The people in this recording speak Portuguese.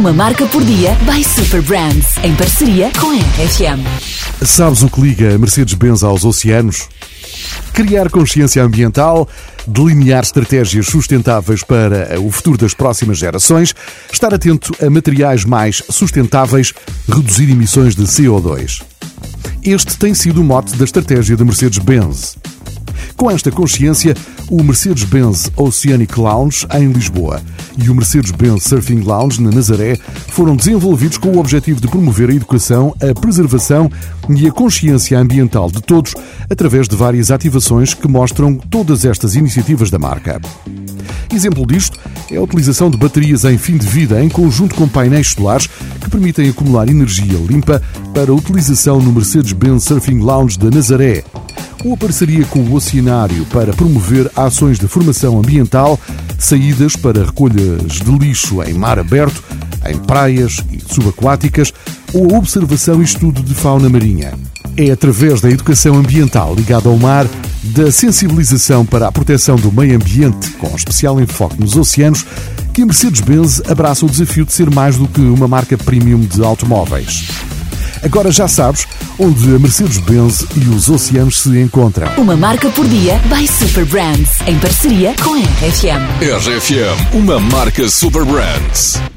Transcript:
Uma marca por dia by Super Brands, em parceria com a RFM. Sabes o que liga a Mercedes-Benz aos oceanos? Criar consciência ambiental, delinear estratégias sustentáveis para o futuro das próximas gerações, estar atento a materiais mais sustentáveis, reduzir emissões de CO2. Este tem sido o mote da estratégia da Mercedes-Benz. Com esta consciência, o Mercedes-Benz Oceanic Lounge, em Lisboa, e o Mercedes-Benz Surfing Lounge, na Nazaré, foram desenvolvidos com o objetivo de promover a educação, a preservação e a consciência ambiental de todos, através de várias ativações que mostram todas estas iniciativas da marca. Exemplo disto é a utilização de baterias em fim de vida em conjunto com painéis solares que permitem acumular energia limpa para utilização no Mercedes-Benz Surfing Lounge da Nazaré, ou a parceria com o Oceanário para promover ações de formação ambiental, saídas para recolhas de lixo em mar aberto, em praias e subaquáticas, ou a observação e estudo de fauna marinha. É através da educação ambiental ligada ao mar, da sensibilização para a proteção do meio ambiente, com especial enfoque nos oceanos, que a Mercedes-Benz abraça o desafio de ser mais do que uma marca premium de automóveis. Agora já sabes onde a Mercedes-Benz e os oceanos se encontram. Uma marca por dia by Super Brands, em parceria com a RFM. RFM, uma marca Super Brands.